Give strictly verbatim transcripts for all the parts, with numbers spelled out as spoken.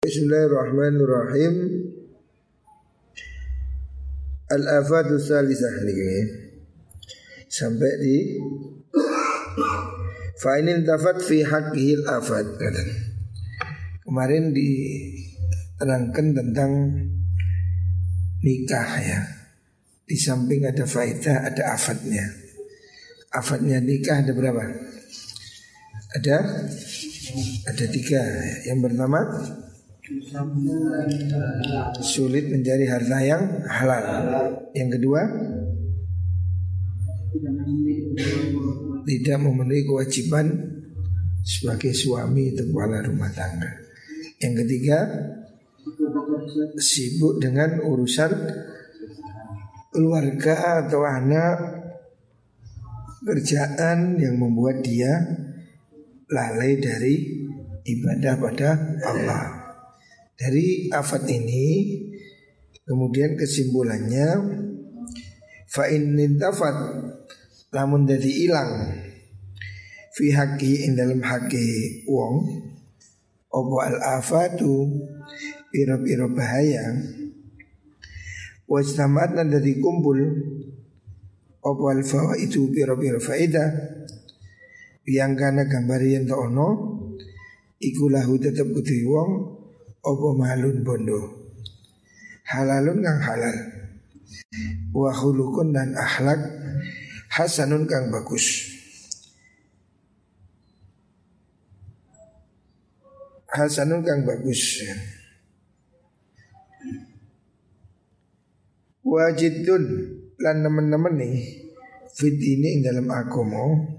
Bismillahirrahmanirrahim. Al-afatu salisah niki. Sampai di fa'inin tafat fi haqqihil afat. Kemarin diterangkan tentang nikah ya. Di samping ada faedah, ada afatnya. Afatnya nikah ada berapa? Ada Ada tiga. Yang pertama, sulit mencari harta yang halal. Yang kedua, tidak memenuhi kewajiban sebagai suami atau kepala rumah tangga. Yang ketiga, sibuk dengan urusan keluarga atau anak, kerjaan yang membuat dia lalai dari ibadah pada Allah. Dari afat ini kemudian kesimpulannya, fa in nintafat lamun dadi ilang fi haqqi ing dalam haqqi wong apa al afatu pira-pira bahaya wajtamat nan dadi kumpul apa al fawaidu pira-pira faedah yang kana gambar yen to ono iku lahu tetep kudu wong apa malun bondo halalun kang halal wa khuluqun dan akhlak hasanun kang bagus hasanun kang bagus wajidun lan nemen-nemen nih fit ini ing dalam agama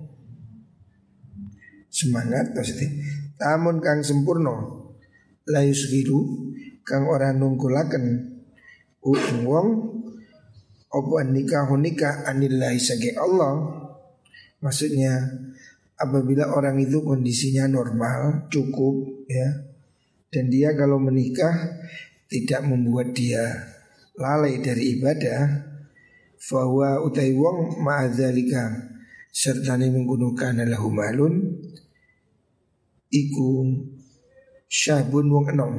semangat maksudnya tamun kang sempurna layus giru kang ora nungkulaken uing wong apa nikah nikah anillahi sage Allah. Maksudnya apabila orang itu kondisinya normal cukup ya, dan dia kalau menikah tidak membuat dia lalai dari ibadah, fahuwa utai wong ma'adzalika sertane menggunakan lahu malun iku syahbun wong enom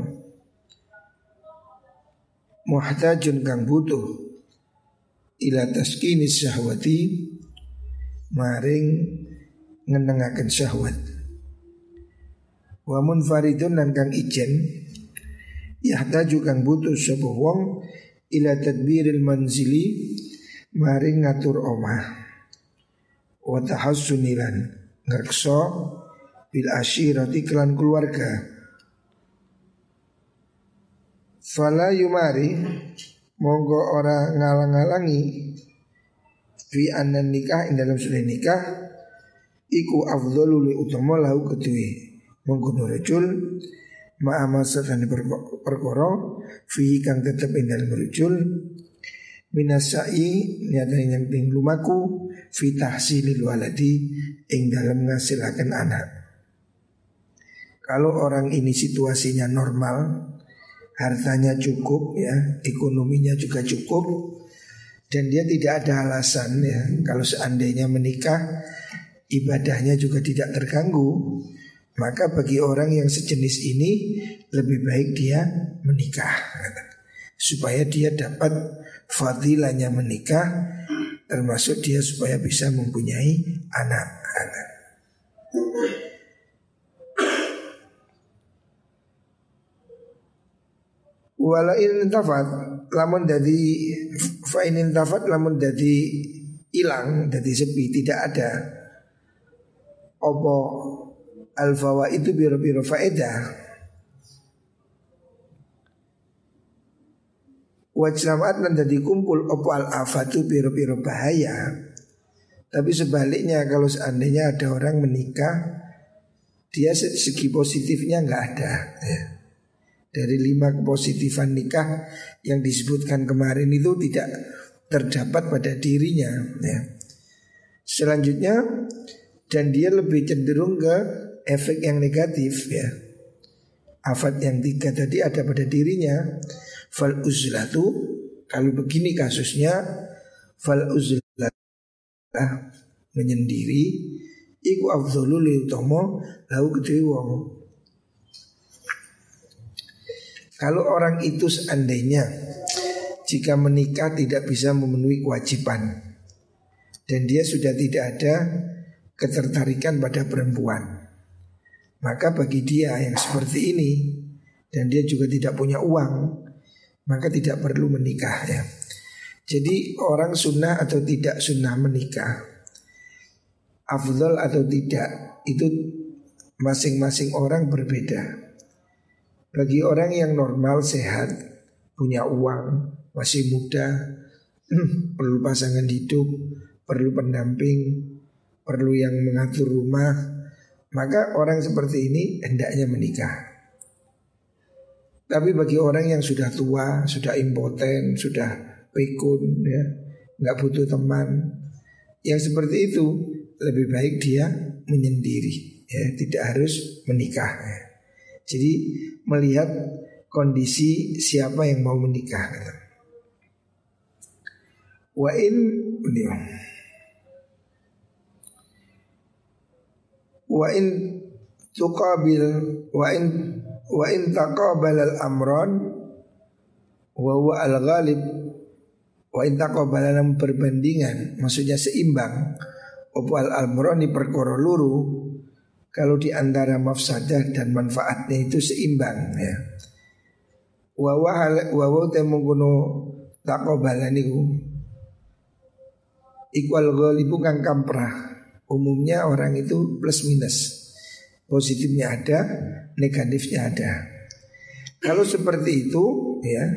muhtajun kang butuh ila taskini syahwati maring ngenengaken syahwat wa munfaridun lan kang ijen yahtaju kang butuh sapa wong ila tadbiril manzili maring ngatur omah wa tahassunilan ngrekso bil asyirati kelan keluarga. Fala yumari monggo ora ngalang-alangi fi anan nikah ing dalam sudah nikah iku afdhalu li utama lahu kedue monggo rajul ma'ama satane perkara fi kang tetep ing dalam rajul minasai niatane yang ting lumaku fi tahsilil waladi ing dalam ngasilaken anak. Kalau orang ini situasinya normal, hartanya cukup ya, ekonominya juga cukup, dan dia tidak ada alasan ya, kalau seandainya menikah ibadahnya juga tidak terganggu, maka bagi orang yang sejenis ini lebih baik dia menikah supaya dia dapat fadilahnya menikah, termasuk dia supaya bisa mempunyai anak-anak. Wala in tafat lamun dadi fa in tafat lamun dadi ilang dadi sepi tidak ada apa al fawaid itu biro-biro faedah wajlamat lan dadi kumpul apa al afatu biro-biro bahaya. Tapi sebaliknya kalau seandainya ada orang menikah dia segi positifnya enggak ada ya. Dari lima kepositifan nikah yang disebutkan kemarin itu tidak terdapat pada dirinya ya. Selanjutnya, dan dia lebih cenderung ke efek yang negatif ya. Afat yang tiga tadi ada pada dirinya. Fal uzlatu, kalau begini kasusnya, fal uzlah menyendiri iku afdhalu li utama lahu kedhe wong. Kalau orang itu seandainya jika menikah tidak bisa memenuhi kewajiban dan dia sudah tidak ada ketertarikan pada perempuan, maka bagi dia yang seperti ini dan dia juga tidak punya uang, maka tidak perlu menikah ya. Jadi orang sunnah atau tidak sunnah menikah, afdol atau tidak, itu masing-masing orang berbeda. Bagi orang yang normal, sehat, punya uang, masih muda, perlu pasangan hidup, perlu pendamping, perlu yang mengatur rumah, maka orang seperti ini hendaknya menikah. Tapi bagi orang yang sudah tua, sudah impoten, sudah pikun, ya, nggak butuh teman, yang seperti itu lebih baik dia menyendiri, ya, tidak harus menikah. Ya. Jadi melihat kondisi siapa yang mau menikah. Wa in wa in tuqabil wa in wa in taqabal al amran wa huwa al ghalib wa in taqabal lam perbandingan, maksudnya seimbang opo al amran di perkara luru. Kalau di antara mafsadah dan manfaatnya itu seimbang ya. Wa wa wa wa temungkono taqabalan niku ikwal ghalibu kang kamprah. Umumnya orang itu plus minus, positifnya ada, negatifnya ada. Kalau seperti itu ya,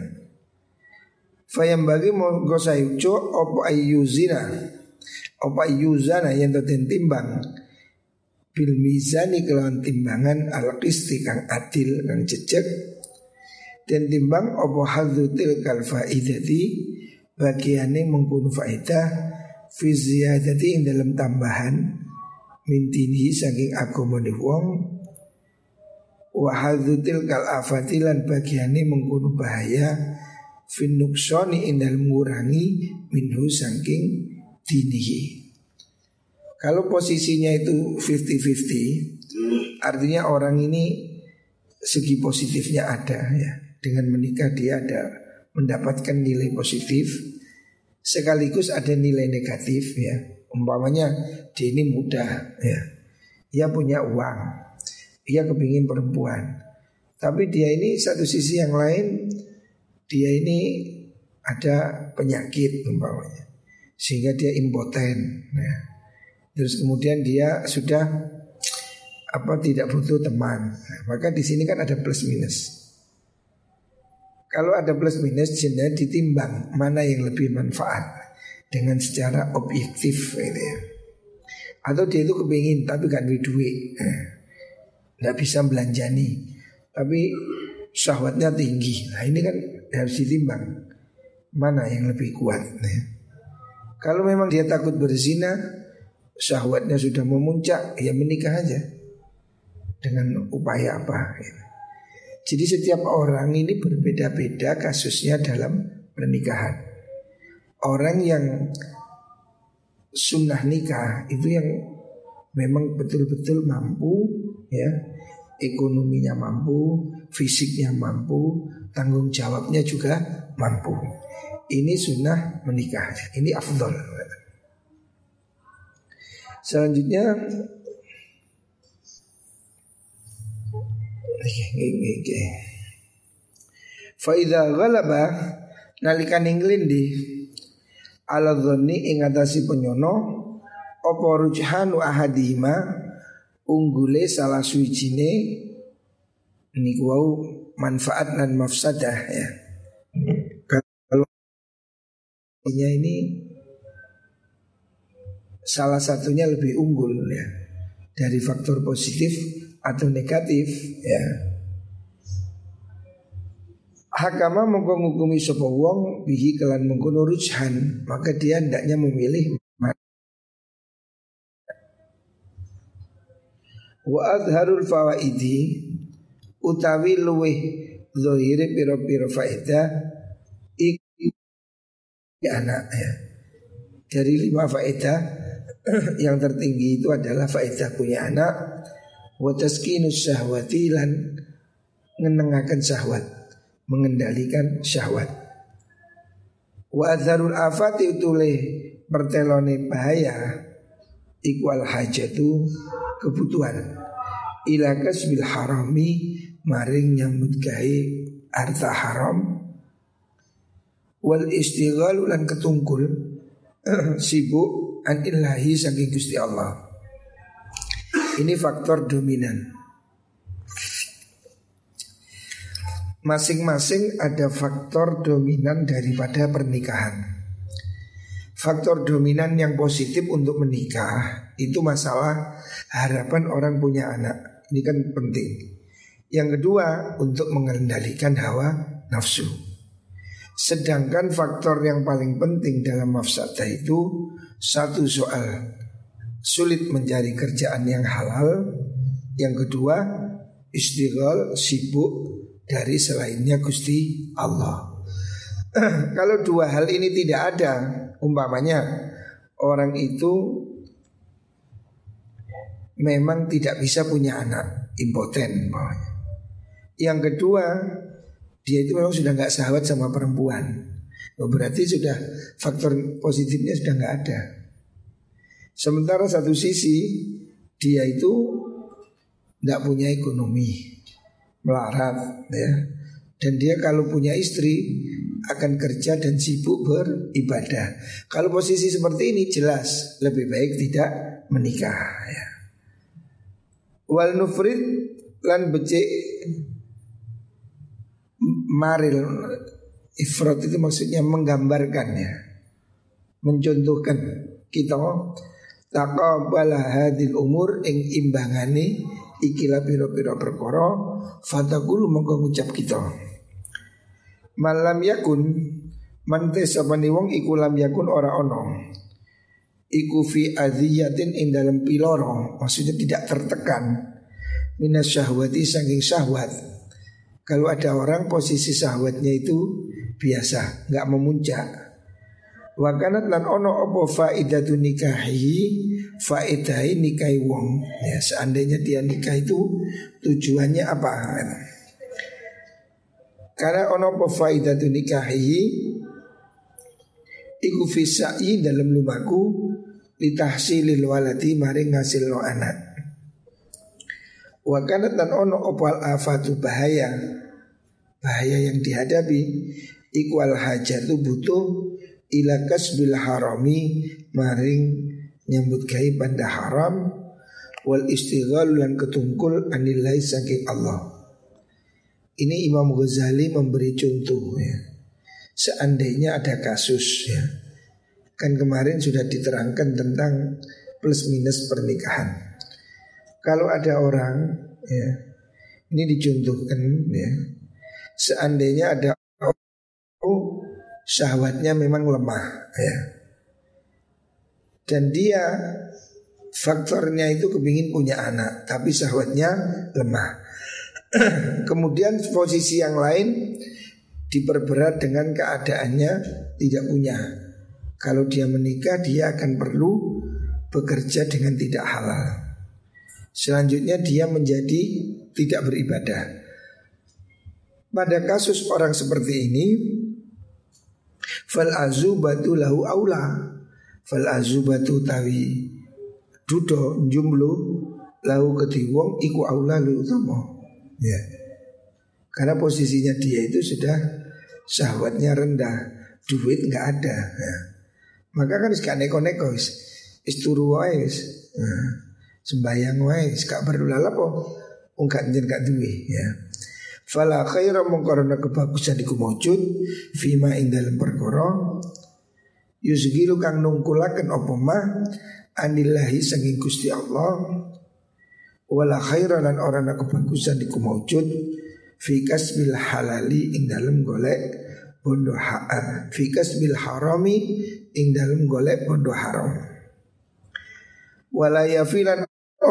fayam bagi monggo sayuco opo ayyuzina opo ayyuzana yang ten timbang bil mizani kelawan timbangan al qisti kang adil kang jejeg, dan timbang opo hadzutil kal faidati bagiane mengkono faedah fi ziyadati ing dalam tambahan mintini saking agamane wong, wa hadzutil kal afatilan bagiane mengkono bahaya fin nuksoni ing dalam ngurangi minhu saking dinihi. Kalau posisinya itu fifty fifty, artinya orang ini segi positifnya ada ya. Dengan menikah dia ada mendapatkan nilai positif, sekaligus ada nilai negatif ya. Umpamanya dia ini muda ya, dia punya uang, dia kepingin perempuan, tapi dia ini satu sisi yang lain, dia ini ada penyakit umpamanya, sehingga dia impoten ya. Terus kemudian dia sudah apa tidak butuh teman. Nah, maka di sini kan ada plus minus. Kalau ada plus minus, sebenarnya ditimbang mana yang lebih manfaat dengan secara objektif gitu ya. Atau dia itu kepingin tapi gak duit duit, nggak bisa belanjani, tapi syahwatnya tinggi. Nah ini kan harus ditimbang mana yang lebih kuat. Nah, kalau memang dia takut berzina, syahwatnya sudah memuncak, ya menikah aja dengan upaya apa ya. Jadi setiap orang ini berbeda-beda kasusnya dalam pernikahan. Orang yang sunnah nikah itu yang memang betul-betul mampu ya, ekonominya mampu, fisiknya mampu, tanggung jawabnya juga mampu. Ini sunnah menikah, ini afdol. Selanjutnya fa idza ghalaba nalikan inglindi ala dhanni ing atasi penyono apa rujhanu ahadima unggule salah suwijine niku wau manfaat dan mafsadah ya. Kalau ini salah satunya lebih unggul ya dari faktor positif atau negatif ya. Hakama mongko ngukumi sapa wong bihi kelan mengkono rujhan, maka dia hendaknya memilih wa adharul fawaidi utawi luweh zahire pira-pira faedah iki anak ya. Dari lima faedah yang tertinggi itu adalah faedah punya anak, wa taskinus syahwati lan ngenengaken syahwat, mengendalikan syahwat. Wa adzarul afati utule pertelone bahaya iku al hajatu kebutuhan ila kasbil harami maring nyambut gawe harta haram wal istighal lan ketungkul sibuk an ilahi saking Gusti Allah. Ini faktor dominan. Masing-masing ada faktor dominan daripada pernikahan. Faktor dominan yang positif untuk menikah itu masalah harapan orang punya anak. Ini kan penting. Yang kedua untuk mengendalikan hawa nafsu. Sedangkan faktor yang paling penting dalam mafsadah itu satu soal sulit mencari kerjaan yang halal. Yang kedua istighal sibuk dari selainnya Gusti Allah. Kalau dua hal ini tidak ada, umpamanya orang itu memang tidak bisa punya anak, impoten umpamanya. Yang kedua dia itu memang sudah nggak sahabat sama perempuan. Oh, berarti sudah faktor positifnya sudah nggak ada. Sementara satu sisi dia itu tidak punya ekonomi, melarat ya. Dan dia kalau punya istri akan kerja dan sibuk beribadah. Kalau posisi seperti ini jelas lebih baik tidak menikah ya. Wal nufrid lan becik maril, ifrat itu maksudnya menggambarkan ya, mencontohkan kita taqabala hadil umur ing imbangane ikilah piro-piro perkara fatakul mongko ngucap kita malam yakun mante sapane wong iku lam yakun ora ono iku fi adziyatin ing dalam piloro, maksudnya tidak tertekan minas syahwati saking syahwat. Kalau ada orang posisi syahwatnya itu biasa, enggak memuncak. Wa kanat lan ono apa faidatun nikahi, faidai nikahi wong. Ya, seandainya dia nikah itu tujuannya apa? Karena ono apa faidatun nikahi iku fisai dalam lumaku litahsilil waladi maring ngasilno anak. Wa kanat lan ono opal afatu bahaya, bahaya yang dihadapi iku al hajatu butuh ila kasbil harami maring nyambut gawe banda haram wal istighal lan ketungkul anilai saking Allah. Ini Imam Ghazali memberi contoh ya. Seandainya ada kasus ya, kan kemarin sudah diterangkan tentang plus minus pernikahan. Kalau ada orang ya, ini dicontohkan ya, seandainya ada orang syahwatnya memang lemah ya, dan dia faktornya itu kepingin punya anak tapi syahwatnya lemah. Kemudian posisi yang lain diperberat dengan keadaannya tidak punya. Kalau dia menikah dia akan perlu bekerja dengan tidak halal. Selanjutnya dia menjadi tidak beribadah. Pada kasus orang seperti ini, fal azubatu lahu aula, fal azubatu tawi dudo jumlu lahu ketiwong iku aula lu utama. Ya, karena posisinya dia itu sudah syahwatnya rendah, duit nggak ada. Ya. Maka kan gak neko-neko, isturu wae, sembayang wae, gak perlu lalapo, ungkat njen gak duwe. Ya. Fala khaira mengkorona kebagusan iku maujud fima ing dalam perkara yusgilu kang nungkulaken apa mah anillahi saking Gusti Allah. Wala khaira lan orana kebagusan iku maujud fi kasbil halali ing dalam golek bondo ha fi kasbil harami ing dalam golek bondo haram. Wala yafilan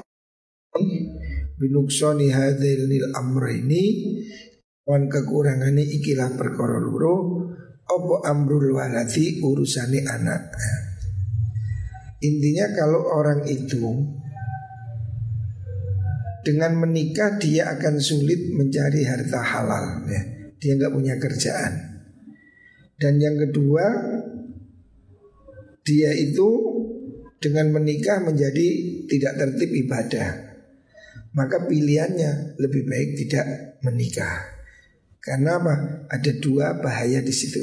binuksoni hadzal amraini wan kekurangane ikilah perkara loro apa amrul waladi urusane anak. Intinya kalau orang itu dengan menikah dia akan sulit mencari harta halal ya. dia nggak punya kerjaan. Dan yang kedua, dia itu dengan menikah menjadi tidak tertib ibadah. Maka pilihannya lebih baik tidak menikah. Karena apa? Ada dua bahaya di situ.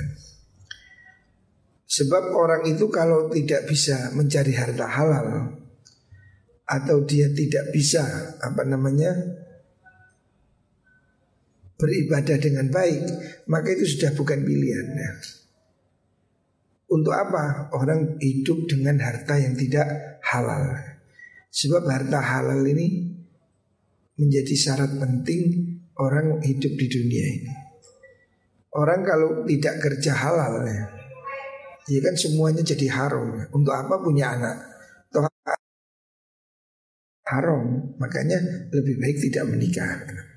Sebab orang itu kalau tidak bisa mencari harta halal, atau dia tidak bisa apa namanya beribadah dengan baik, maka itu sudah bukan pilihan. Untuk apa orang hidup dengan harta yang tidak halal? Sebab harta halal ini menjadi syarat penting orang hidup di dunia ini. Orang kalau tidak kerja halal ya, ya kan semuanya jadi haram. Untuk apa punya anak? Toh haram. Makanya lebih baik tidak menikah.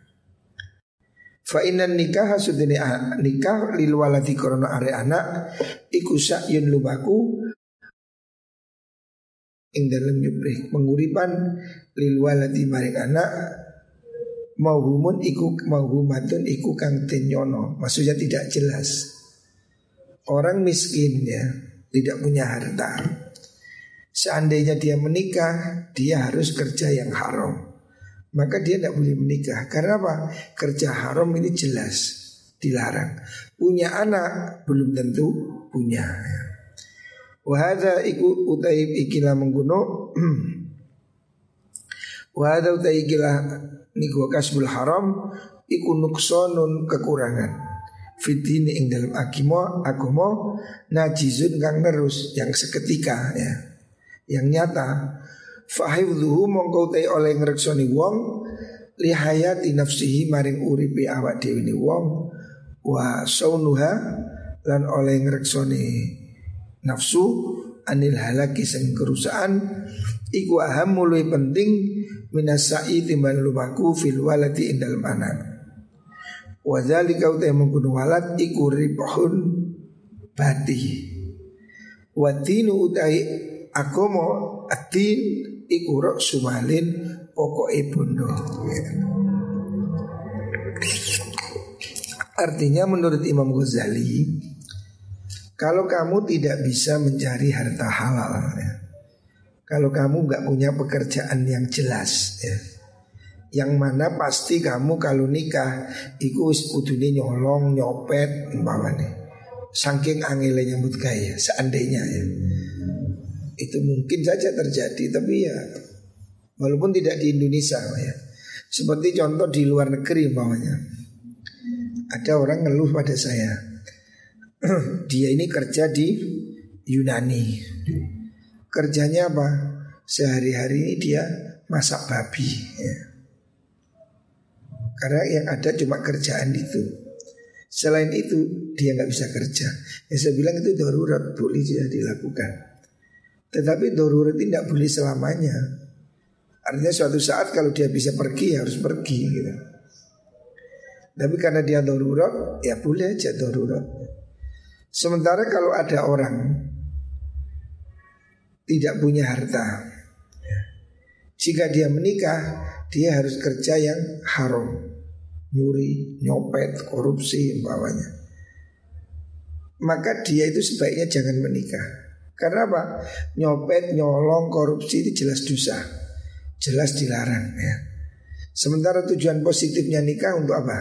Fa innan nikah sudene nikah lil waladi korona are anak iku sa'yun lumaku ing dalem nyuprih penguripan lil waladi maring anak mauhumun iku mauhumatun iku kang tenyono. Maksudnya tidak jelas. Orang miskin ya, tidak punya harta. Seandainya dia menikah, dia harus kerja yang haram. Maka dia tidak boleh menikah. Karena apa? Kerja haram ini jelas dilarang. Punya anak belum tentu punya. Wahada iku utaib ikilah mengguno. Wahada utaib ikilah niku kasbul haram iku nuksonun kekurangan. Fitini ing dalam agama agama najizun kang nerus yang seketika ya. Yang nyata fahidhuhu mongko te oleh ngreksoni wong li hayati nafsihi maring uripe awak dhewe ni wong wa saunuha lan oleh ngreksoni nafsu anil halaki sing kerusakan iku aham luwih penting minasai timbang lumaku fil walati ing dalem anak. Wa zalika uta mengkono walad iku ribahun bati. Wa dinu utai agomo atin iku rok sumalin pokoke bondo. Artinya menurut Imam Ghazali, kalau kamu tidak bisa mencari harta halal ya, kalau kamu nggak punya pekerjaan yang jelas ya, yang mana pasti kamu kalau nikah iku wis kudune nyolong nyopet umpamane. Saking angele nyambut gawe seandainya ya. Itu mungkin saja terjadi, tapi ya walaupun tidak di Indonesia ya. Seperti contoh di luar negeri umpamanya. Ada orang ngeluh pada saya. Dia ini kerja di Yunani. Kerjanya apa? Sehari-hari ini dia masak babi ya. Karena yang ada cuma kerjaan itu. Selain itu dia nggak bisa kerja. Ya saya bilang itu darurat, boleh tidak dilakukan. Tetapi darurat ini tidak boleh selamanya. Artinya suatu saat kalau dia bisa pergi ya harus pergi gitu. Tapi karena dia darurat ya boleh aja darurat. Sementara kalau ada orang tidak punya harta, jika dia menikah dia harus kerja yang haram, nyuri, nyopet, korupsi umpamanya. Maka dia itu sebaiknya jangan menikah. Karena apa? Nyopet, nyolong, korupsi itu jelas dosa, jelas dilarang ya. Sementara tujuan positifnya nikah untuk apa?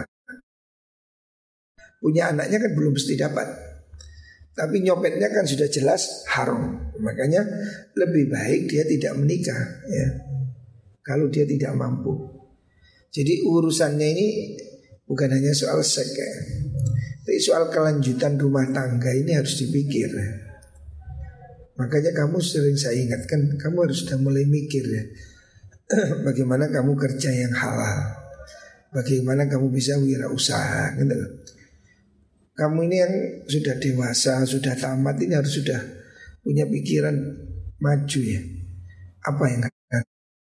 Punya anaknya kan belum mesti dapat, tapi nyopetnya kan sudah jelas haram. Makanya lebih baik dia tidak menikah ya, kalau dia tidak mampu. Jadi urusannya ini bukan hanya soal seks ya, tapi soal kelanjutan rumah tangga ini harus dipikir ya. Makanya kamu sering saya ingatkan, kamu harus sudah mulai mikir ya, bagaimana kamu kerja yang halal, bagaimana kamu bisa wirausaha gitu loh. Kamu ini yang sudah dewasa, sudah tamat, ini harus sudah punya pikiran maju ya. Apa yang akan?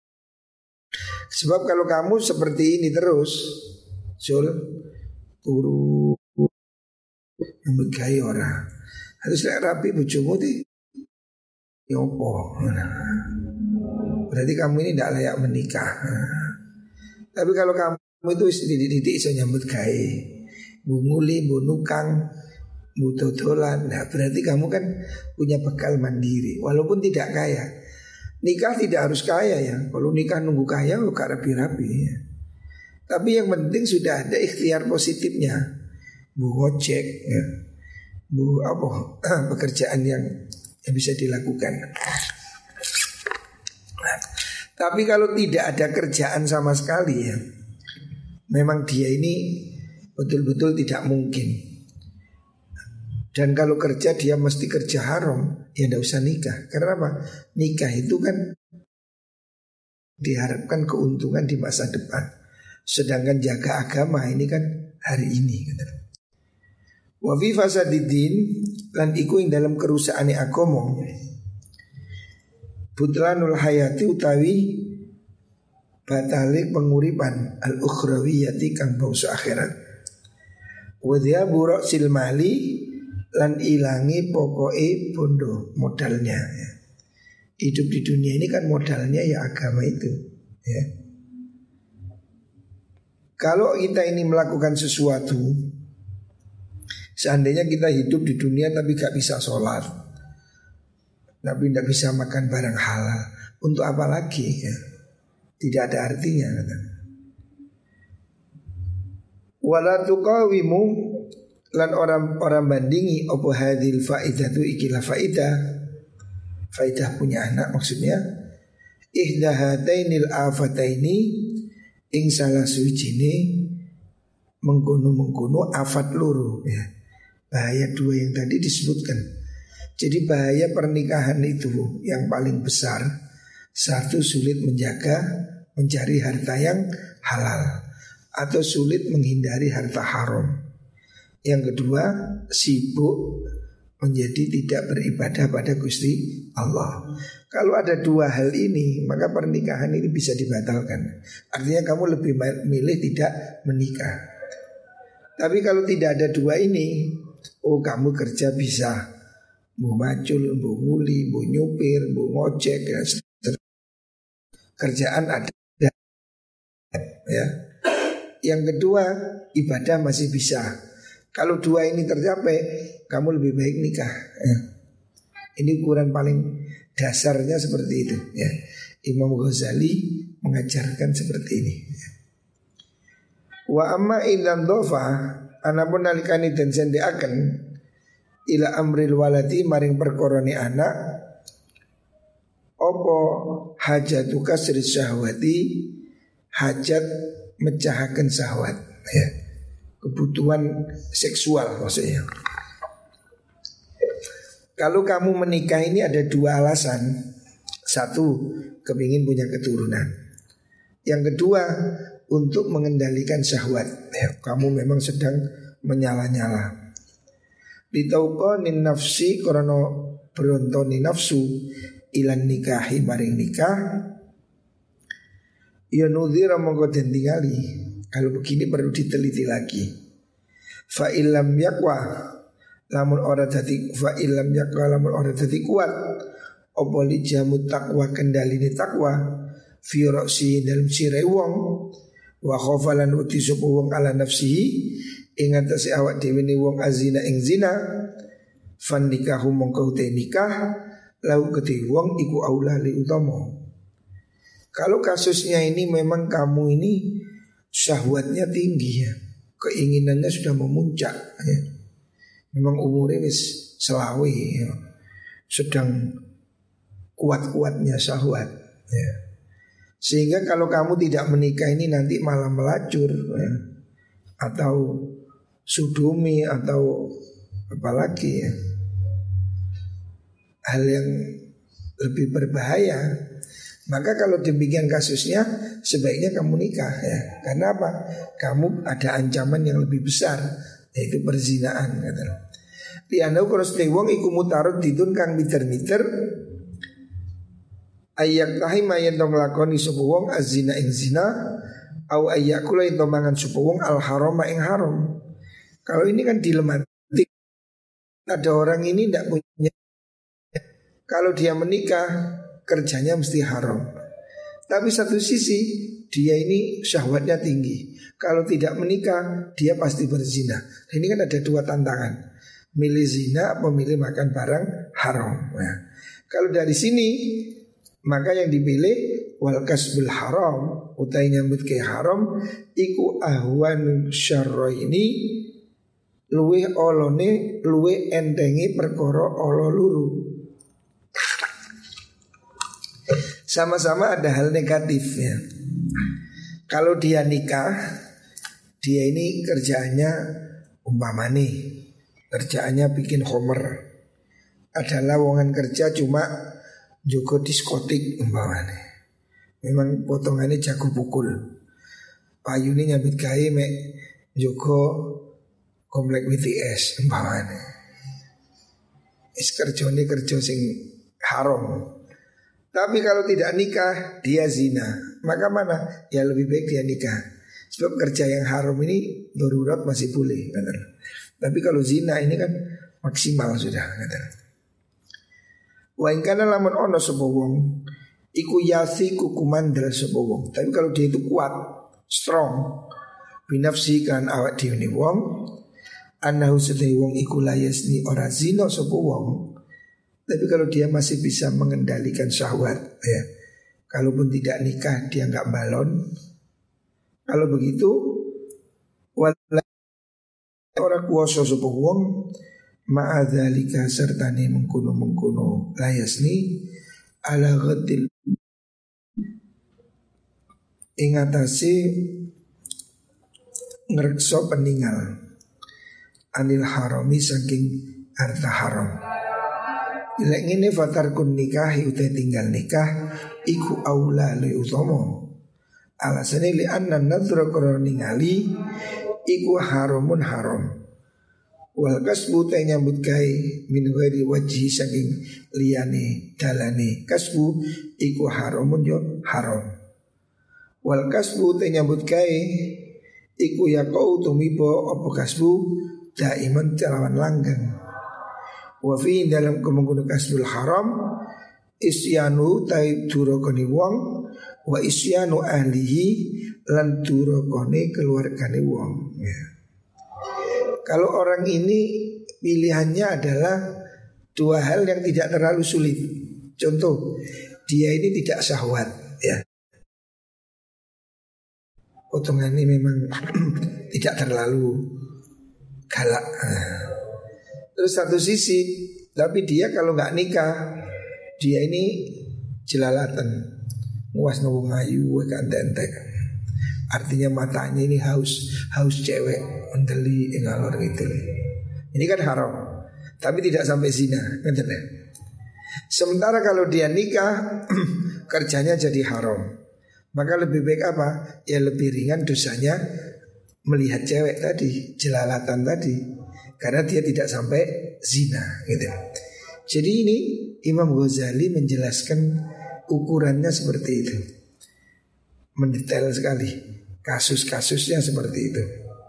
Sebab kalau kamu seperti ini terus, Sul, turu nyambut gawe ora. Harus lek rapi bojomu ti yopo. Berarti kamu ini tidak layak menikah. Tapi kalau kamu itu dididik iso nyambut gawe, bu nguli, bu nukang, bu dodolan. Nah berarti kamu kan punya bekal mandiri walaupun tidak kaya. Nikah tidak harus kaya ya. Kalau nikah nunggu kaya gak rapi-rapi ya. Tapi yang penting sudah ada ikhtiar positifnya. Bu ngojek ya. Bu apa pekerjaan yang, yang bisa dilakukan. Nah, tapi kalau tidak ada kerjaan sama sekali ya, memang dia ini betul-betul tidak mungkin. Dan kalau kerja dia mesti kerja haram, ya tidak usah nikah. Karena apa? Nikah itu kan diharapkan keuntungan di masa depan. Sedangkan jaga agama ini kan hari ini gitu. Wa fi fasadidin lan iku ing dalam kerusaane agama. Butlanul hayati utawi batalik penguripan al-ukhrawiyati kang bangsa akhirat. Wa dhiabu ra'sil mali lan ilangi pokoknya bondo modalnya ya. Hidup di dunia ini kan modalnya ya agama itu ya. Kalau kita ini melakukan sesuatu, seandainya kita hidup di dunia tapi gak bisa sholat, tapi tidak bisa makan barang halal, untuk apa lagi ya? Tidak ada artinya kata. Wala tuqawimu lan orang orang bandingi opo hadil faidah tu ikilah faidah faidah punya anak maksudnya ihda hatainil afataini ing salah suwijine mengkono-mengkono afat loro ya. Bahaya dua yang tadi disebutkan. Jadi bahaya pernikahan itu yang paling besar, satu sulit menjaga mencari harta yang halal atau sulit menghindari harta haram. Yang kedua, sibuk menjadi tidak beribadah pada Gusti Allah. Kalau ada dua hal ini, maka pernikahan ini bisa dibatalkan. Artinya kamu lebih milih tidak menikah. Tapi kalau tidak ada dua ini, oh kamu kerja bisa, mau macul, mau nguli, mau nyupir, mau ngojek, ya. Kerjaan ada. Ya. Yang kedua, ibadah masih bisa. Kalau dua ini tercapai, kamu lebih baik nikah ya. Ini ukuran paling dasarnya seperti itu ya. Imam Ghazali mengajarkan seperti ini ya. Wa amma ilam dofa anapun nalikani dan sendiaken ila amril waladi maring perkoroni anak opo hajatu kasri syahwati hajat mecahaken syahwat ya. Kebutuhan seksual maksudnya. Kalau kamu menikah ini ada dua alasan. Satu, kepingin punya keturunan. Yang kedua, untuk mengendalikan syahwat ya, kamu memang sedang menyala-nyala. Ditauqanin nafsi krono berontoni nafsu ilan nikahi maring nikah. Ya nudhira mongko den tingali. Kalau begini perlu diteliti lagi. Fa illam yakwa lamun ora dadi fa illam yakwa lamun ora dadi kuat apa li jamu takwa kendaline takwa fi ra'si dalam sire wong wa khafalan uti sapa wong ala nafsihi ing atase awak dhewe ne wong azina ing zina fan nikahu mongko te nikah lau kete wong iku aula li utama. Kalau kasusnya ini memang kamu ini syahwatnya tinggi ya, keinginannya sudah memuncak ya. Memang umurnya wis selawe ya. Sedang kuat-kuatnya syahwat ya. Sehingga kalau kamu tidak menikah ini nanti malah melacur ya. Atau sudumi atau apalagi ya, hal yang lebih berbahaya. Maka kalau demikian kasusnya sebaiknya kamu nikah ya. Karena apa? Kamu ada ancaman yang lebih besar, yaitu perzinaan kata. Lianau kalau wong iku mutarud didun kang miter-miter ayak tahi mayen dong lakoni sapa wong azina ing zina au ayakula ento mangan sapa wong al harama ing haram. Kalau ini kan dilematik. Ada orang ini tidak punya. Kalau dia menikah kerjanya mesti haram. Tapi satu sisi dia ini syahwatnya tinggi. Kalau tidak menikah dia pasti berzina. Ini kan ada dua tantangan, milih zina atau milih makan barang haram. Nah, kalau dari sini maka yang dipilih wal kasbul haram, utai nyambut ke haram iku ahwan syarra ini luwe olone luwe entengi perkara ala luru. Sama-sama ada hal negatif ya. Kalau dia nikah, dia ini kerjaannya umpama nih, kerjaannya bikin homer, ada lowongan kerja cuma jogo diskotik umpama nih. Memang potongannya jago pukul, payune nyambut gawe mek jogo komplek W T S umpama nih. Is kerjone kerja sing haram. Tapi kalau tidak nikah dia zina, maka mana? Ya lebih baik dia nikah. Sebab kerja yang haram ini darurat masih boleh, benar. Tapi kalau zina ini kan maksimal sudah, benar. Wa in kana lamun ono sapa wong iku yasi kukumandel sapa wong. Tapi kalau dia itu kuat, strong, binafsi kan awak dhewe wong, annahu sedhe wong iku layasni ora zina sapa wong. Tapi kalau dia masih bisa mengendalikan syahwat ya, kalaupun tidak nikah dia nggak balon. Kalau begitu wala ora kuwasa sapa wong ma'adzalika sertane mengkono-mengkono layasni ala ghadil ing atase ngrekso peninggal anil harami saking harta haram. Lek ngene fatar kun nikah utai tinggal nikah iku aula li utama. Alasane li anna nadzra qara ningali iku haramun haram. Wal kasbu ta nyambut gawe min ghairi wajhi saking liyane dalane kasbu iku haramun yo haram. Wal kasbu ta nyambut gawe iku ya kau tumibo apa kasbu daiman telawan langgeng. Wa fi dalam kemungkinan kasbul haram isyanu tai durokone wong wa isyanu ahlihi lan durokone keluargane wong ya. Kalau orang ini pilihannya adalah dua hal yang tidak terlalu sulit. Contoh, dia ini tidak syahwat ya, potongannya memang tidak terlalu galak. Terus satu sisi, tapi dia kalau nggak nikah, dia ini jelalatan, muas nunggu ngayu, kanten-kanten. Artinya matanya ini haus, haus cewek, mendeli, ngalor gitu. Ini kan haram, tapi tidak sampai zina, kan? Sementara kalau dia nikah, kerjanya jadi haram, maka lebih baik apa? Ya lebih ringan dosanya melihat cewek tadi, jelalatan tadi. Karena dia tidak sampai zina gitu. Jadi ini Imam Ghazali menjelaskan ukurannya seperti itu, mendetail sekali kasus-kasusnya seperti itu.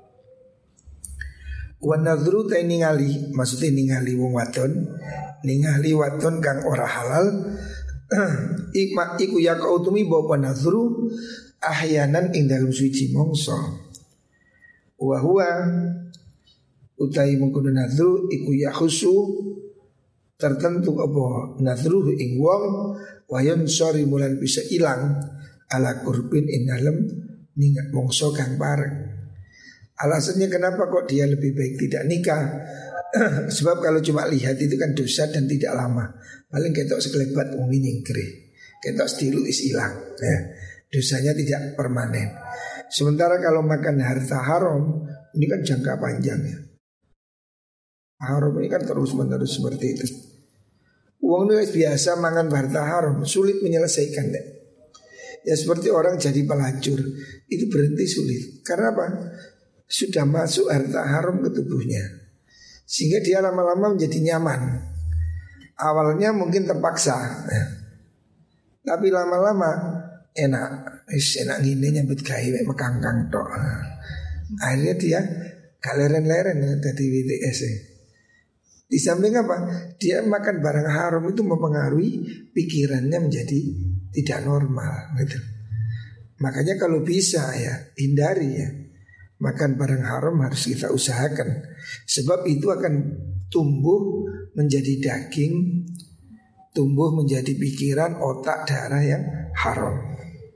Wa nadhru ta ningali, maksudnya ningali wong wadon, ningali wadon kang ora halal ikma iku yaqautumi bawa nadhru ahyanan ing dalem suci mongso. Wa huwa utai mengkono nadhru iku yakhusu tertentu apa nadhru ing wong wayon sori mulan bisa ilang ala kurbin ing dalem ningat mongso kang bareng. Alasannya kenapa kok dia lebih baik tidak nikah? Sebab kalau cuma lihat itu kan dosa dan tidak lama. Paling ketok sekelebat wong nyingkre, ketok setilu is ilang ya. Dosanya tidak permanen. Sementara kalau makan harta haram ini kan jangka panjang ya. Haram ini kan terus menerus seperti itu. Uang itu biasa mangan harta haram, sulit menyelesaikan deh. Ya seperti orang jadi pelacur, itu berhenti sulit. Karena apa? Sudah masuk harta haram ke tubuhnya, sehingga dia lama-lama menjadi nyaman. Awalnya mungkin terpaksa ya. Tapi lama-lama enak. Is enak gini nyambut gawe mekangkang tok. Akhirnya dia kaleren-leren dari W T S ya. Di samping apa? Dia makan barang haram itu mempengaruhi pikirannya menjadi tidak normal gitu. Makanya kalau bisa ya hindari ya, makan barang haram harus kita usahakan. Sebab itu akan tumbuh menjadi daging, tumbuh menjadi pikiran, otak, darah yang haram.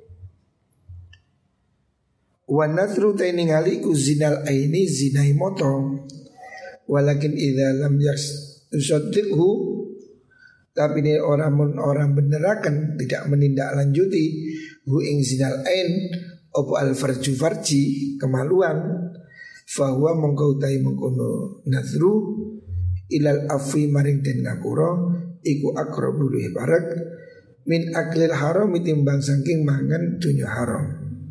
Wa nathru tainingali ku zinal aini zinai moto. Walakin idza lam yusaddiqhu, tapi ini orang orang benerakan tidak menindaklanjuti hu ing zinal ain opo al farju farji kemaluan, fahuwa mengkautai mengkono nathru ilal afwi maring den ngapura iku akrabu luwih barak min aklil haram timbang saking mangan dunya haram.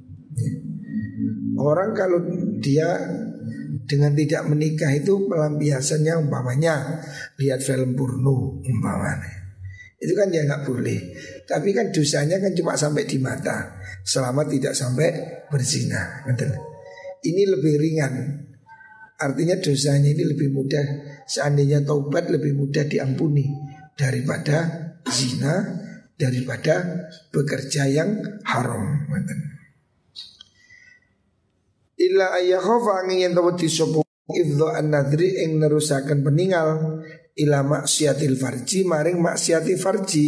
Orang kalau dia dengan tidak menikah itu pelampiasannya umpamanya lihat film porno umpamanya, itu kan dia nggak boleh. Tapi kan dosanya kan cuma sampai di mata, selama tidak sampai berzina. Ini lebih ringan. Artinya dosanya ini lebih mudah. Seandainya taubat lebih mudah diampuni daripada zina, daripada bekerja yang haram. Illa ayyakhofa angin yang tawati sopo ifdho an-nadri ing nerusakan peninggal ila maksiatil farji maring maksiati farji.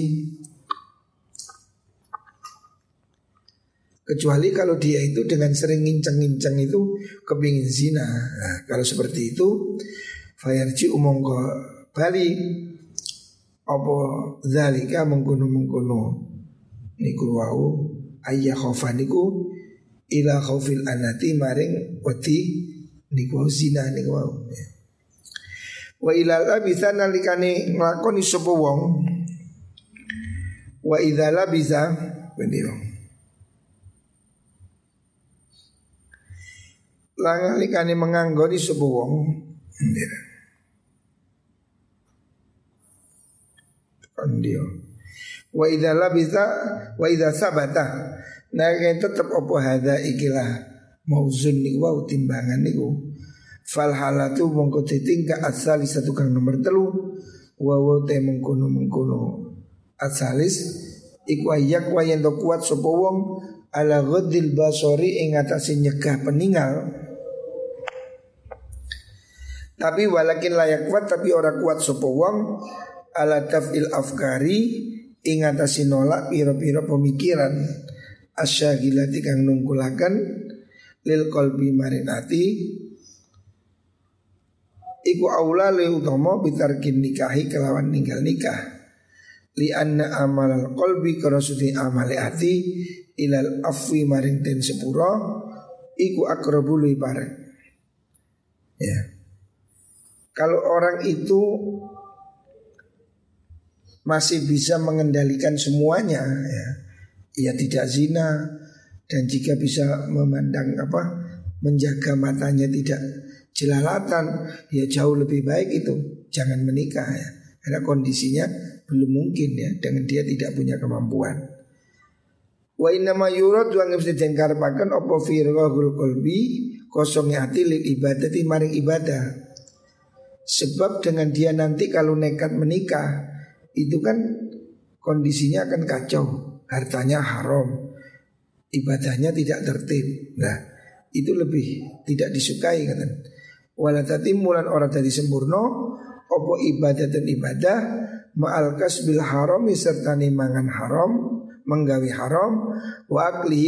Kecuali kalau dia itu dengan sering ngincang-ngincang itu kepingin zina. Nah, kalau seperti itu fayarji umongko bali apa zalika mengkono-mengkono niku wau ayyakhofa niku ila khaufil anati maring wati niku zina niku wau. Wa ila labisa nalikane nglakoni sapa wong wa idza labisa bener nalikane menganggoni sapa wong bener kandio wa idza labisa wa idza sabata. Nah yang tetap opo hada ikilah mauzun niku wau timbangan niku. Fal halatu mongko tingkat asalis satu kang nomor telu wa wa te mengkono mengkono asalis iku ayak wa yen kuat sapa wong ala ghaddil basori ing atase nyegah peninggal. Tapi walakin layak kuat tapi ora kuat sapa wong ala tafil afkari ing atase nolak pira-pira pemikiran asyagilati kang nungkulakan lil qalbi maring ati iku aula le utama bitarkin nikahi kelawan ninggal nikah li anna amal qalbi karasuti amale ati ilal afwi maring ten sepura iku akrabu li bareng. Ya. Kalau orang itu masih bisa mengendalikan semuanya ya, ia tidak zina, dan jika bisa memandang apa menjaga matanya tidak jelalatan, ya jauh lebih baik itu. Jangan menikah ya, karena kondisinya belum mungkin ya dengan dia tidak punya kemampuan. Wa inna ma yurad wa ngibsi den karepaken apa firghul qalbi kosongnya hati lil ibadati maring ibadah. Sebab dengan dia nanti kalau nekat menikah itu kan kondisinya akan kacau. Hartanya haram, ibadahnya tidak tertib. Nah itu lebih tidak disukai kan. Walatati mulan orang tadi sempurna opo ibadah dan ibadah ma'al kasbil harami serta mangan haram, menggawi haram, wa aklihi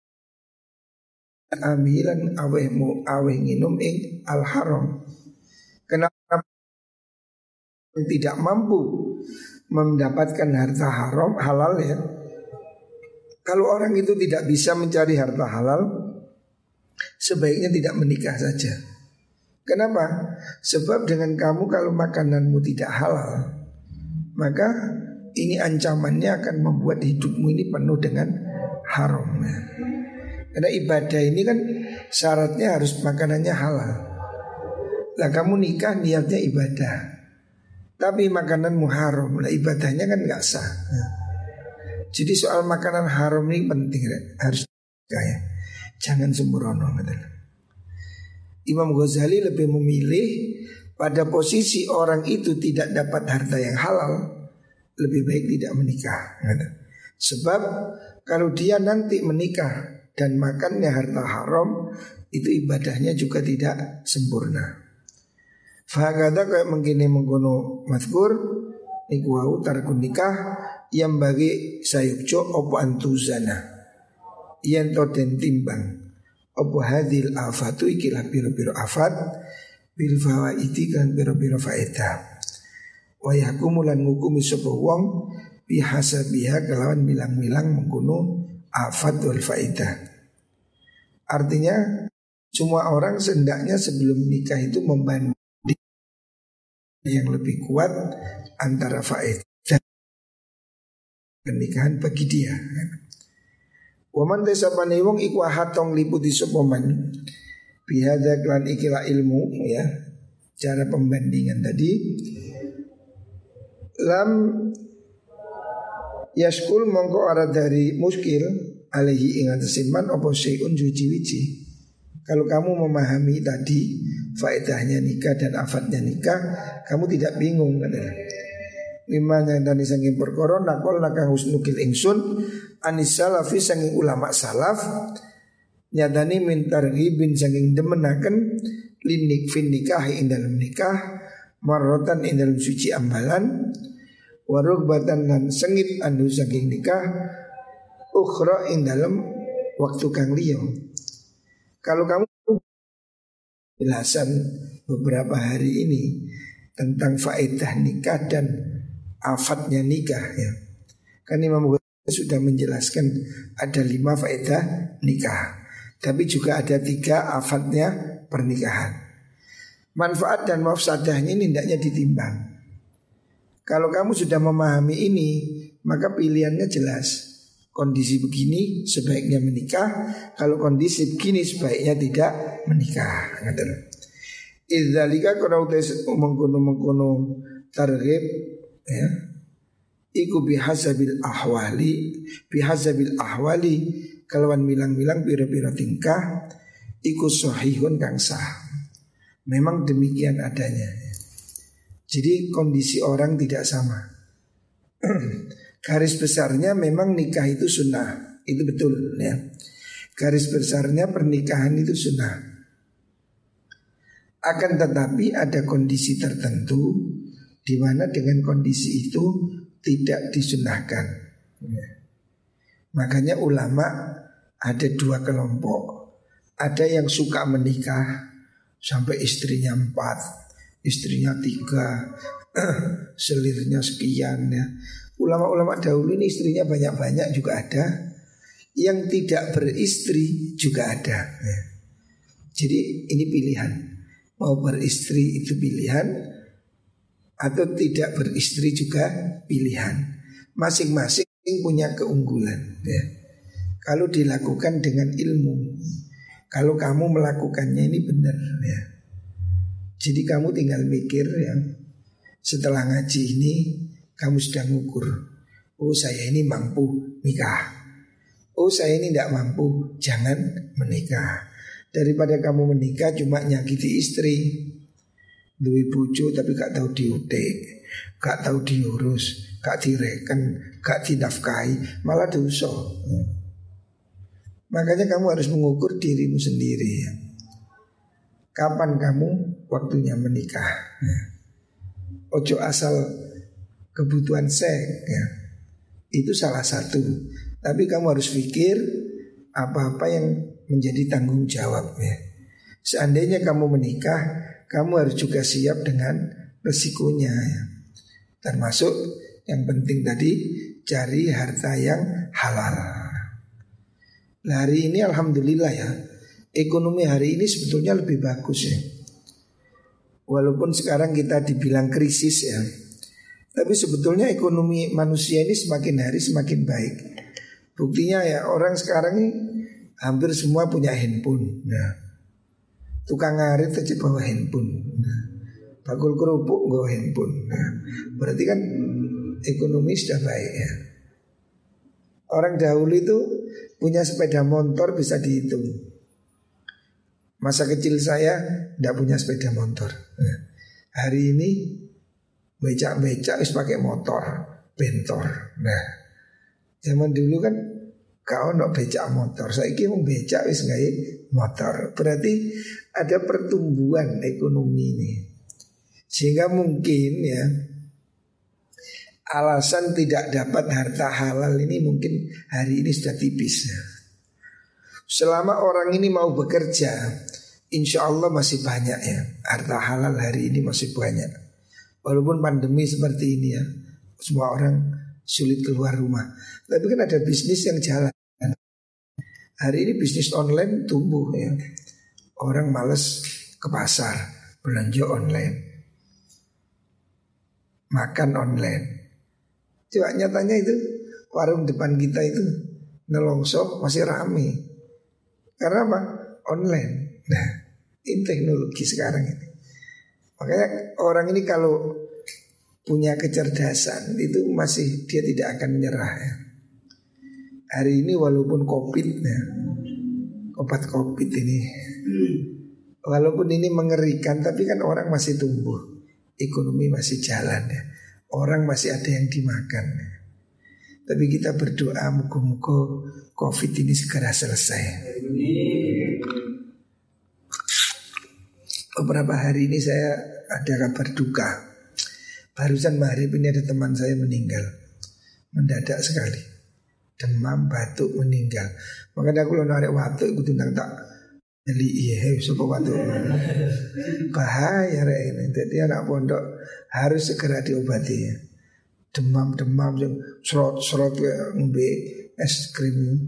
amilan awehmu aweh nginum ing al haram. Kenapa tidak mampu mendapatkan harta haram halal ya? Kalau orang itu tidak bisa mencari harta halal, sebaiknya tidak menikah saja. Kenapa? Sebab dengan kamu kalau makananmu tidak halal, maka ini ancamannya akan membuat hidupmu ini penuh dengan haram. Karena ibadah ini kan syaratnya harus makanannya halal. Lah kamu nikah niatnya ibadah, tapi makananmu haram, lah ibadahnya kan nggak sah. Jadi soal makanan haram ini penting, harus kayak jangan sembrono. Imam Ghazali lebih memilih pada posisi orang itu tidak dapat harta yang halal, lebih baik tidak menikah. Sebab kalau dia nanti menikah dan makannya harta haram, itu ibadahnya juga tidak sempurna. Fahagada kayak mengkini mengkono mazkur niku wau tarkun nikah yang bagi sayukjo opo antuzana yen to den timbang opo hadil afatu ikilah piro-piro afat bil fawaidi kan piro-piro faedah wa yahkumulan ngukumi sapa wong bihasabiha kelawan milang-milang mengkono afat wal faedah. Artinya semua orang sehendaknya sebelum nikah itu membanding yang lebih kuat antara faedah pernikahan bagi dia. Waman desapane wong iku ahatong liputi sapa man bihadza klan ikilah ilmu ya. Cara pembandingan tadi lam yaskul mongko arah dari muskil alaihi ingat seman opo syai'un juji-wiji. Kalau kamu memahami tadi faedahnya nikah dan afatnya nikah, kamu tidak bingung katanya. Mimma nyandani sanging perkara nakol nakang husnukil ingsun anis salafi sanging ulama salaf nyadani min targhibin sanging demenaken linik fin nikah ing dalam nikah marrotan ing dalam suci ambalan warugbatan lan sengit anu sanging nikah ukhra ing dalam waktu kang liya. Kalau kamu jelasan beberapa hari ini tentang faedah nikah dan afatnya nikah ya. Kan Imam Ghazali sudah menjelaskan ada lima faedah nikah, tapi juga ada tiga afatnya pernikahan. Manfaat dan mafsadahnya ini hendaknya ditimbang. Kalau kamu sudah memahami ini, maka pilihannya jelas. Kondisi begini sebaiknya menikah, kalau kondisi begini sebaiknya tidak menikah. Idzalika kana utais mengkono-mengkono targhib ya. Iku bihasabil ahwali, bihasabil ahwali kalawan milang-milang pira-pira tingkah iku sahihun kang sah. Memang demikian adanya. Jadi kondisi orang tidak sama. Garis besarnya memang nikah itu sunnah, itu betul ya. Garis besarnya pernikahan itu sunnah. Akan tetapi ada kondisi tertentu di mana dengan kondisi itu tidak disunahkan ya. Makanya ulama ada dua kelompok. Ada yang suka menikah sampai istrinya empat, istrinya tiga, selirnya sekian ya. Ulama-ulama dahulu ini istrinya banyak-banyak juga ada. Yang tidak beristri juga ada ya. Jadi ini pilihan. Mau beristri itu pilihan, atau tidak beristri juga pilihan. Masing-masing punya keunggulan ya. Kalau dilakukan dengan ilmu, kalau kamu melakukannya ini benar ya. Jadi kamu tinggal mikir ya. Setelah ngaji ini kamu sudah ngukur, oh saya ini mampu nikah, oh saya ini tidak mampu, jangan menikah. Daripada kamu menikah cuma nyakiti istri, duwe bojo tapi gak tahu diutik, gak tahu diurus, gak direken, gak dinafkahi, malah dosa. Makanya kamu harus mengukur dirimu sendiri ya. Kapan kamu waktunya menikah? Ojo asal kebutuhan seks ya. Itu salah satu. Tapi kamu harus pikir apa-apa yang menjadi tanggung jawab ya. Seandainya kamu menikah, kamu harus juga siap dengan resikonya ya. Termasuk yang penting tadi, cari harta yang halal. Nah, hari ini alhamdulillah ya, ekonomi hari ini sebetulnya lebih bagus ya. Walaupun sekarang kita dibilang krisis ya, tapi sebetulnya ekonomi manusia ini semakin hari semakin baik. Buktinya ya orang sekarang ini hampir semua punya handphone. Nah, tukang ngarit aja bawa handphone. Nah, bakul kerupuk bawa handphone. Nah, berarti kan ekonomi sudah baik ya. Orang dahulu itu punya sepeda motor bisa dihitung. Masa kecil saya tidak punya sepeda motor. Nah, hari ini becak-becak wis pakai motor, bentor. Nah, Zaman dulu kan kau nak becak motor, saiki mau becak wis gawe motor. Berarti ada pertumbuhan ekonomi ini. Sehingga mungkin ya alasan tidak dapat harta halal ini mungkin hari ini sudah tipis ya. Selama orang ini mau bekerja, insya Allah masih banyak ya. Harta halal hari ini masih banyak. Walaupun pandemi seperti ini ya, semua orang sulit keluar rumah, tapi kan ada bisnis yang jalan. Hari ini bisnis online tumbuh ya. Orang malas ke pasar, belanja online, makan online. Coba nyatanya itu warung depan kita itu nelongso masih rame. Karena apa? Online. Nah, ini teknologi sekarang ini. Makanya orang ini kalau punya kecerdasan itu masih dia tidak akan menyerah ya. Hari ini walaupun COVID ya, obat COVID ini walaupun ini mengerikan, tapi kan orang masih tumbuh, ekonomi masih jalan ya, orang masih ada yang dimakan ya. Tapi kita berdoa muka-muka COVID ini segera selesai. Beberapa hari ini saya ada kabar duka. Barusan maghrib ini ada teman saya meninggal, mendadak sekali, demam, batuk, meninggal. Makanya aku kalau narik waktu ikut tentang tak jadi iya, sopo waktu bahaya ini. Jadi anak pondok harus segera diobati ya. Demam-demam yang serot-serot ngombe es krim.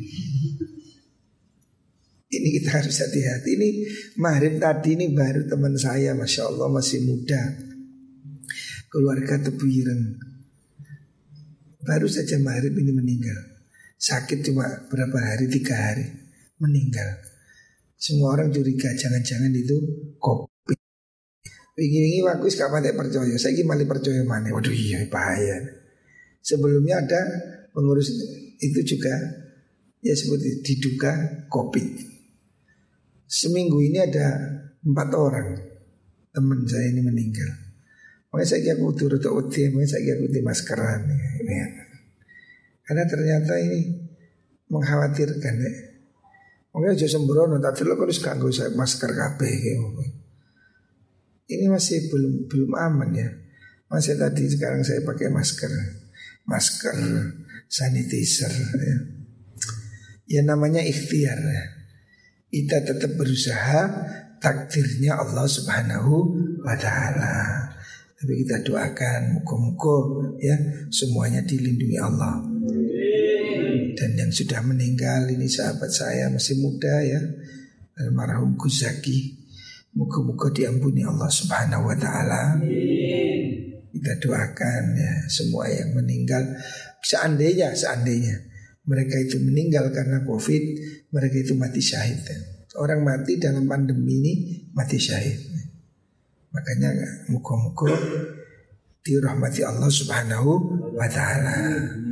Ini kita harus hati-hati. Ini maghrib tadi ini baru teman saya, masya Allah masih muda, keluarga Tebuireng. Baru saja maghrib ini meninggal. Sakit cuma berapa hari, tiga hari meninggal. Semua orang curiga jangan-jangan itu kopi. Wingi-wingi aku gak pandai percaya, saya malah percaya mana. Waduh iya bahaya. Sebelumnya ada pengurus itu juga ya seperti diduga COVID. Seminggu ini ada empat orang teman saya ini meninggal. Makanya saya aku turut uti, makanya saya aku di maskeran ini. Karena ternyata ini mengkhawatirkan ya. Makanya aja sembrono, tapi lo harus ganggu saya masker K B. Ini masih belum belum aman ya. Masih tadi sekarang saya pakai masker, masker sanitizer ya. Ya namanya ikhtiar ya. Kita tetap berusaha, takdirnya Allah Subhanahu wa Ta'ala. Tapi kita doakan muka-muka ya semuanya dilindungi Allah. Dan yang sudah meninggal ini sahabat saya masih muda ya, almarhum Guzaki. Muka-muka diampuni Allah Subhanahu wa Ta'ala. Kita doakan ya semua yang meninggal. Seandainya, seandainya mereka itu meninggal karena COVID, mereka itu mati syahid. Orang mati dalam pandemi ini mati syahid. Makanya muka-muka dirahmati Allah Subhanahu wa Ta'ala.